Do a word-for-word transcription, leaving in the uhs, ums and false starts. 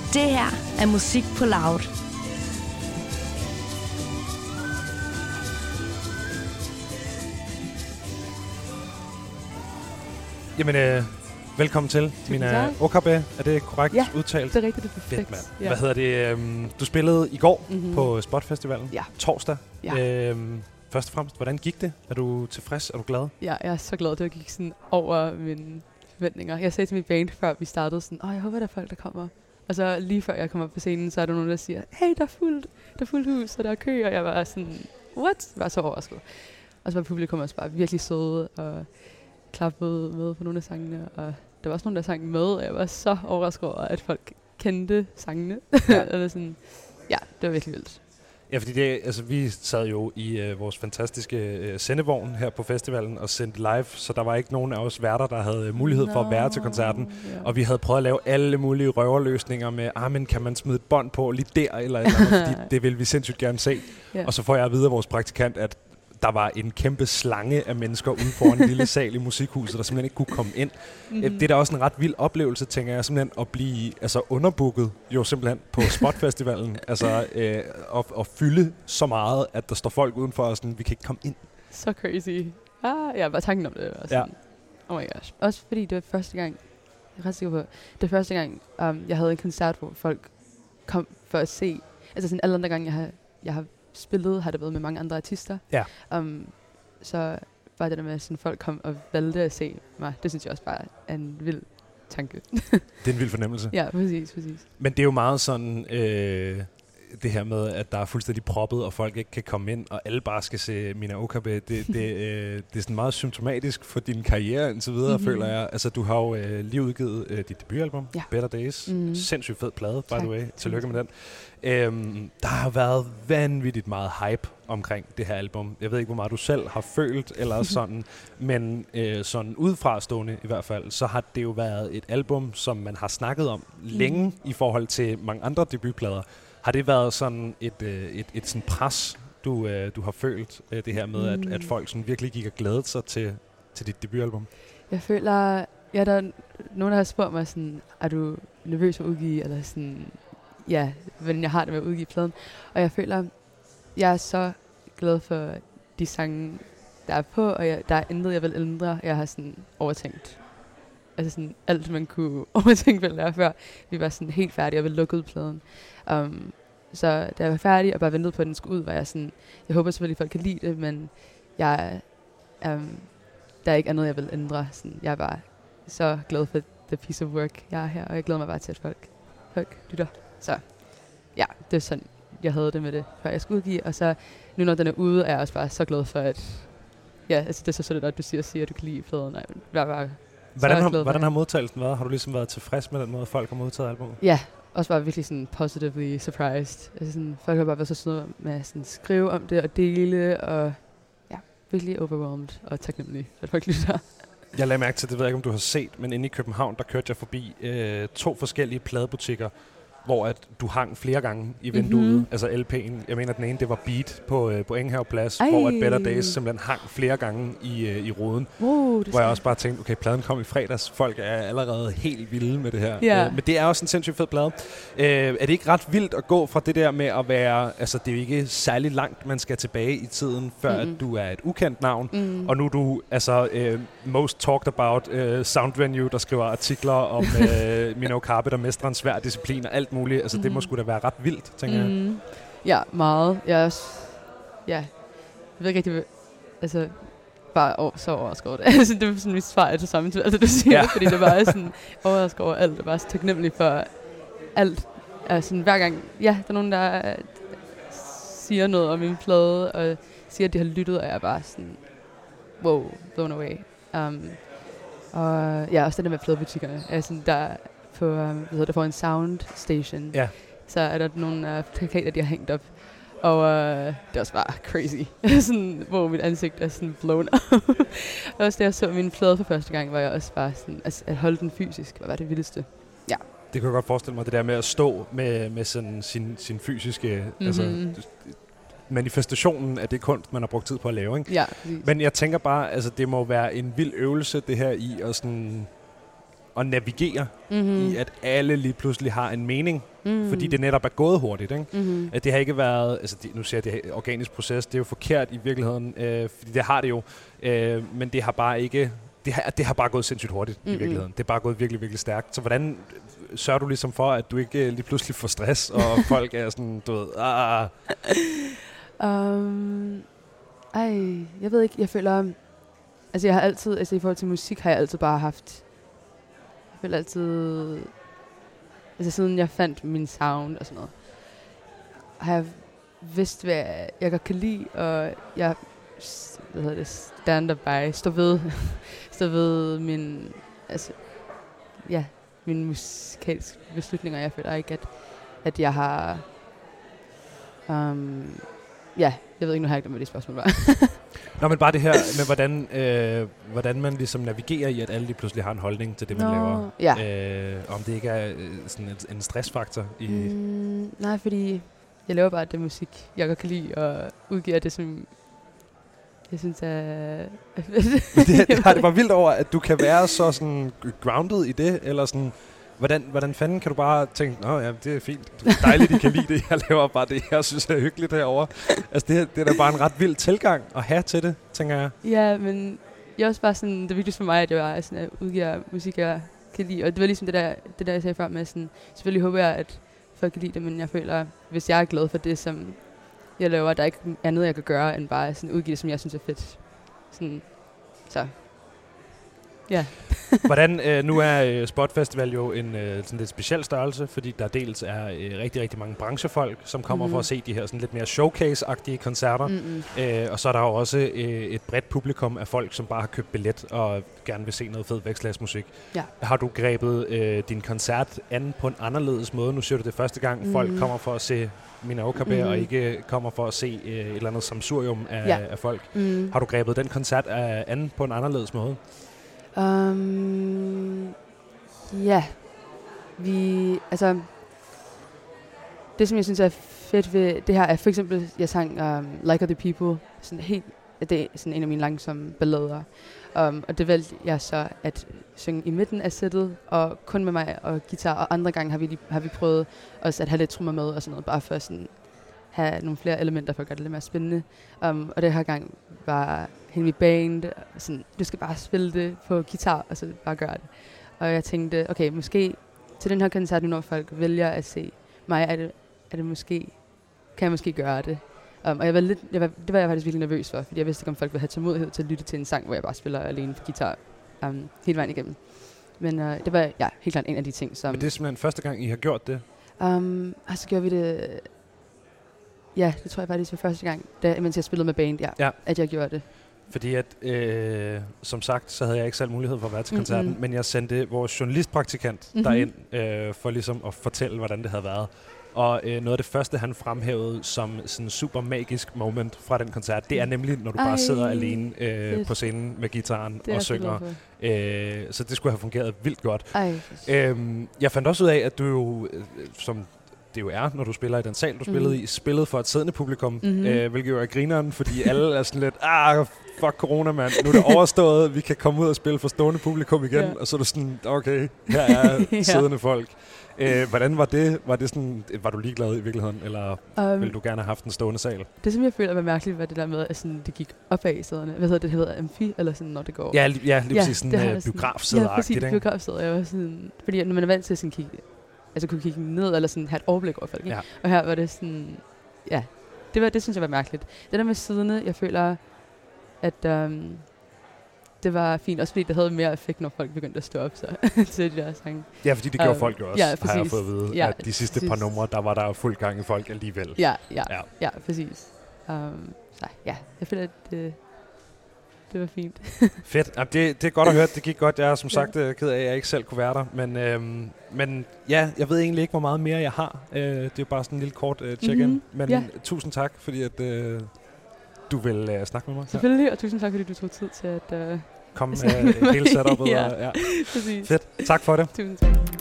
Det her er Musik på Loud. Jamen, øh, velkommen til, Mina Okabe. Er det korrekt ja, udtalt? det er rigtigt, det er perfekt. Fedt, mand. Ja. Hvad hedder det? Øhm, du spillede i går mm-hmm. på Spotfestivalen. Ja. Torsdag. Ja. Øhm, først og fremmest, hvordan gik det? Er du tilfreds? Er du glad? Ja, jeg er så glad, det gik sådan over mine forventninger. Jeg sagde til mit band, før vi startede, sådan, åh, jeg håber, der er folk, der kommer. Og så lige før jeg kommer op på scenen, så er der nogen, der siger, hey, der er fuldt, der er fuldt hus, og der er kø, og jeg var sådan, what? Jeg var så overrasket. Og så var publikum også bare virkelig søde, og klappede med på nogle af sangene, og der var også nogen, der sang med, og jeg var så overrasket over, at folk kendte sangene. Ja. Eller sådan, ja, det var virkelig vildt. Ja, fordi det, altså, vi sad jo i øh, vores fantastiske øh, sendevogn her på festivalen og sendte live, så der var ikke nogen af os værter, der havde mulighed no. for at være til koncerten. Yeah. Og vi havde prøvet at lave alle mulige røverløsninger med, ah, men kan man smide et bånd på lige der, eller, eller andet, fordi det ville vi sindssygt gerne se. Yeah. Og så får jeg at vide af vores praktikant, at der var en kæmpe slange af mennesker ude foran en lille sal i musikhuset, der simpelthen ikke kunne komme ind. Mm-hmm. Det er da også en ret vild oplevelse, tænker jeg, simpelthen at blive altså, underbooket jo simpelthen på Spotfestivalen. altså øh, at, at fylde så meget, at der står folk udenfor og sådan, vi kan ikke komme ind. Så crazy. Ah, ja, bare tanken om det. Var sådan, ja. Oh my gosh. Også fordi det var første gang, jeg er ret sikker på, det var første gang, um, jeg havde en koncert, hvor folk kom for at se. Altså sådan alle andre gange, jeg har, jeg har spillet, har det været med mange andre artister. Ja. Um, så var det der med, at folk kom og valgte at se mig. Det synes jeg også bare er en vild tanke. Det er en vild fornemmelse. Ja, præcis, præcis. Men det er jo meget sådan, øh, det her med, at der er fuldstændig proppet, og folk ikke kan komme ind, og alle bare skal se Mina Okabe. Det, det, øh, det er sådan meget symptomatisk for din karriere indtil videre, mm-hmm. føler jeg. Altså, du har jo øh, lige udgivet øh, dit debutalbum, ja. Better Days. Mm-hmm. Sindssygt fed plade, by tak. The way. Tillykke med den. Øhm, der har været vanvittigt meget hype omkring det her album. Jeg ved ikke, hvor meget du selv har følt, eller sådan, men øh, sådan udefrastående i hvert fald, så har det jo været et album, som man har snakket om mm. længe i forhold til mange andre debutplader. Har det været sådan et, øh, et, et sådan pres, du, øh, du har følt, øh, det her med, mm. at, at folk sådan virkelig gik og glædede sig til, til dit debutalbum? Jeg føler, ja, der er nogen, der har spurgt mig sådan, er du nervøs for at udgive, eller sådan, ja, hvordan jeg har det med at udgive pladen. Og jeg føler, jeg er så glad for de sange, der er på, og jeg, der er intet, jeg vil ændre. Jeg har sådan overtænkt. Altså sådan alt, man kunne overtænke, vel der før. Vi var sådan helt færdige, og ville lukke ud pladen. Um, så da jeg var færdig, og bare ventede på, at den skulle ud, var jeg sådan, jeg håber selvfølgelig, at folk kan lide det, men jeg, um, der er ikke andet, jeg vil ændre. Sådan, jeg er bare så glad for the piece of work, jeg er her, og jeg glæder mig bare til, at folk, folk lytter. Så ja, det er sådan, jeg havde det med det, før jeg skulle udgive. Og så nu, når den er ude, er jeg også bare så glad for, at ja, altså det er så sådan, at du siger, siger, at du kan lide pladen. Nej, jeg bare hvordan har, hvordan har modtagelsen været? Har du ligesom været tilfreds med den måde, folk har modtaget albumet? Ja, også bare virkelig sådan positively surprised. Altså sådan, folk har bare været så søde med at sådan skrive om det og dele, og ja, virkelig overwhelmed og taknemmelig, at folk lytter. Jeg lagde mærke til, det ved jeg ikke, om du har set, men inde i København, der kørte jeg forbi øh, to forskellige pladebutikker, hvor at du hang flere gange i vinduet, mm-hmm. altså L P'en. Jeg mener, den ene, det var Beat på, øh, på Enghaveplads, hvor at Better Days simpelthen hang flere gange i, øh, i ruden. Uh, hvor jeg også bare tænkte, okay, pladen kom i fredags. Folk er allerede helt vilde med det her. Yeah. Øh, men det er også en sindssygt fed plade. Øh, er det ikke ret vildt at gå fra det der med at være, altså det er jo ikke særlig langt, man skal tilbage i tiden, før mm-hmm. at du er et ukendt navn, mm. og nu er du altså øh, most talked about øh, Sound Venue, der skriver artikler om øh, Mina Okabe, der mestrer en svær disciplin og alt muligt. Altså, mm. det må sgu da være ret vildt, tænker mm. jeg. Ja, meget. Jeg er også, ja, jeg ved ikke rigtig, altså, bare over, så overrasket over det. Altså, det var sådan mit svar til samme til alt det, du siger, ja. Fordi det var sådan overrasket over alt. Det var så taknemmelig for alt. Altså, hver gang, ja, der er nogen, der siger noget om min plade, og siger, at de har lyttet, og jeg er bare sådan, wow, blown away. Um, og ja, også det der med pladebutikkerne. Altså, der på, um, hvad hedder det, for en sound station, ja. Så er der nogle uh, plakater, de har hængt op. Og uh, det er også bare crazy. Sådan, hvor mit ansigt er sådan blown up. Og også da jeg så min plade for første gang, var jeg også bare sådan, altså, at holde den fysisk, var det vildeste. Ja. Det kan jeg godt forestille mig, det der med at stå med, med sådan sin, sin fysiske, mm-hmm. altså manifestationen af det kunst, man har brugt tid på at lave, ikke? Ja, men jeg tænker bare, altså det må være en vild øvelse, det her i at sådan at navigere Mm-hmm. i, at alle lige pludselig har en mening, Mm-hmm. fordi det netop er gået hurtigt. Ikke? Mm-hmm. At det har ikke været, altså det, nu siger jeg, det er organisk proces, det er jo forkert i virkeligheden, øh, fordi det har det jo, øh, men det har bare ikke, det har, det har bare gået sindssygt hurtigt mm-hmm. i virkeligheden. Det er bare gået virkelig, virkelig stærkt. Så hvordan sørger du ligesom for, at du ikke øh, lige pludselig får stress, og folk er sådan, du ved, ah. Um, ej, jeg ved ikke, jeg føler, altså jeg har altid, altså i forhold til musik, har jeg altid bare haft, jeg føler altid, altså siden jeg fandt min sound og sådan noget, har jeg vidst, hvad jeg godt kan lide, og jeg, hvad hedder det, stand by, står ved, står ved min, altså, ja, mine musikalske beslutninger. Jeg føler ikke, at, at jeg har, um, ja, jeg ved ikke, nu har jeg ikke glemt, hvad det spørgsmål var. Nå, men bare det her med, hvordan, øh, hvordan man ligesom navigerer i, at alle lige pludselig har en holdning til det, man Nå, laver. ja. Øh, om det ikke er øh, sådan en, en stressfaktor i... Mm, nej, fordi jeg laver bare det musik, jeg godt kan lide, og udgiver det, som jeg synes er... det, det har det bare vildt over, at du kan være så sådan grounded i det, eller sådan... Hvordan, hvordan fanden kan du bare tænke, nå ja, det er fint, det er dejligt, I kan lide det, jeg laver bare det, jeg synes er hyggeligt herovre. Altså det, det er da bare en ret vild tilgang at have til det, tænker jeg. Ja, men jeg er også bare sådan, det er vigtigt for mig, at jeg bare sådan, at udgiver musik, jeg kan lide. Og det var ligesom det der, det der jeg sagde før med sådan, selvfølgelig håber jeg, at folk kan lide det, men jeg føler, hvis jeg er glad for det, som jeg laver, der er ikke andet, jeg kan gøre, end bare sådan udgive det, som jeg synes er fedt. Sådan, så... Ja. Hvordan, øh, nu er øh, Spot Festival jo en øh, sådan lidt speciel størrelse, fordi der dels er øh, rigtig, rigtig mange branchefolk, som kommer mm-hmm. for at se de her sådan lidt mere showcase-agtige koncerter. Mm-hmm. Øh, og så er der jo også øh, et bredt publikum af folk, som bare har købt billet og gerne vil se noget fed vækstlagsmusik. Ja. Har du grebet øh, din koncert an på en anderledes måde? Nu siger du det første gang, mm-hmm. folk kommer for at se Mina Okabe, mm-hmm. og ikke kommer for at se øh, et eller andet samsurium af, ja. af folk. Mm-hmm. Har du grebet den koncert øh, an på en anderledes måde? Um, ja, vi, altså, det som jeg synes er fedt ved det her, er for eksempel, jeg sang um, Like Other People, sådan helt, det er sådan en af mine langsomme ballader, um, og det valgte jeg så at synge i midten af sættet, og kun med mig og guitar, og andre gange har vi, har vi prøvet også at have lidt trommer med og sådan noget, bare for sådan have nogle flere elementer for at gøre det lidt mere spændende. Um, og det her gang var Henry Band, sådan, du skal bare spille det på guitar, og så bare gøre det. Og jeg tænkte, okay, måske til den her koncert, når folk vælger at se mig, er det, er det måske, kan jeg måske gøre det. Um, og jeg var lidt, jeg var, det var jeg faktisk virkelig nervøs for, fordi jeg vidste ikke, om folk ville have tålmodighed til at lytte til en sang, hvor jeg bare spiller alene på guitar um, hele vejen igennem. Men uh, det var ja, helt klart en af de ting, som... Men det er simpelthen første gang, I har gjort det? Um, og så gjorde vi det... Ja, det tror jeg faktisk var første gang, da, mens jeg spillede med band, ja, ja. at jeg gjorde det. Fordi at, øh, som sagt, så havde jeg ikke selv mulighed for at være til koncerten, mm-hmm. men jeg sendte vores journalistpraktikant mm-hmm. derind, øh, for ligesom at fortælle, hvordan det havde været. Og øh, noget af det første, han fremhævede som sådan en super magisk moment fra den koncert, det er nemlig, når du Ej, bare sidder alene øh, på scenen med gitaren og synger. Øh, så det skulle have fungeret vildt godt. Øhm, jeg fandt også ud af, at du jo, øh, som det jo er, når du spiller i den sal, du spillede mm. i, spillede for et siddende publikum, mm-hmm. øh, hvilket jo er grineren, fordi alle er sådan lidt, ah, fuck corona, mand, nu er det overstået, vi kan komme ud og spille for stående publikum igen, yeah. og så er du sådan, okay, her er ja. siddende folk. Øh, hvordan var det? Var det sådan, var du ligeglad i virkeligheden, eller um, ville du gerne have haft en stående sal? Det, som jeg føler var mærkeligt, var det der med, at sådan, det gik opad i sæderne. Hvad hedder det? Det hedder amfi, eller sådan, når det går... Ja, li- ja lige ja, præcis sådan uh, biografsæder-agtigt, ikke? Ja, præcis, biografsæder. Jeg var sådan... Fordi når man er vant til at sådan kigge... Altså kunne kigge ned, eller sådan have et overblik over folk, ikke? Ja. Og her var det sådan... Ja, det, var, det synes jeg var mærkeligt. Det der med siderne, jeg føler, at... Um, det var fint, også fordi det havde mere effekt, når folk begyndte at stå op så, til de der sange. Ja, fordi det gjorde um, folk jo også, ja, har jeg fået at vide, ja, at de sidste præcis. par numre, der var der fuld gang i folk alligevel. Ja, ja, ja, ja præcis. Um, så ja, jeg føler, at det, det var fint. Fedt. Jamen, det, det er godt at høre, det gik godt. Jeg er som sagt ja. ked af, at jeg ikke selv kunne være der, men, øhm, men ja, jeg ved egentlig ikke, hvor meget mere jeg har. Uh, det er jo bare sådan en lille kort uh, check-in, mm-hmm. men ja. tusind tak, fordi at... Uh, du vil uh, snakke med mig. Selvfølgelig, ja. Og tusind tak, fordi du tog tid til at... Uh, Kom med uh, hele setup'et. ja, og, ja. præcis. Fedt. Tak for det. Tusind tak.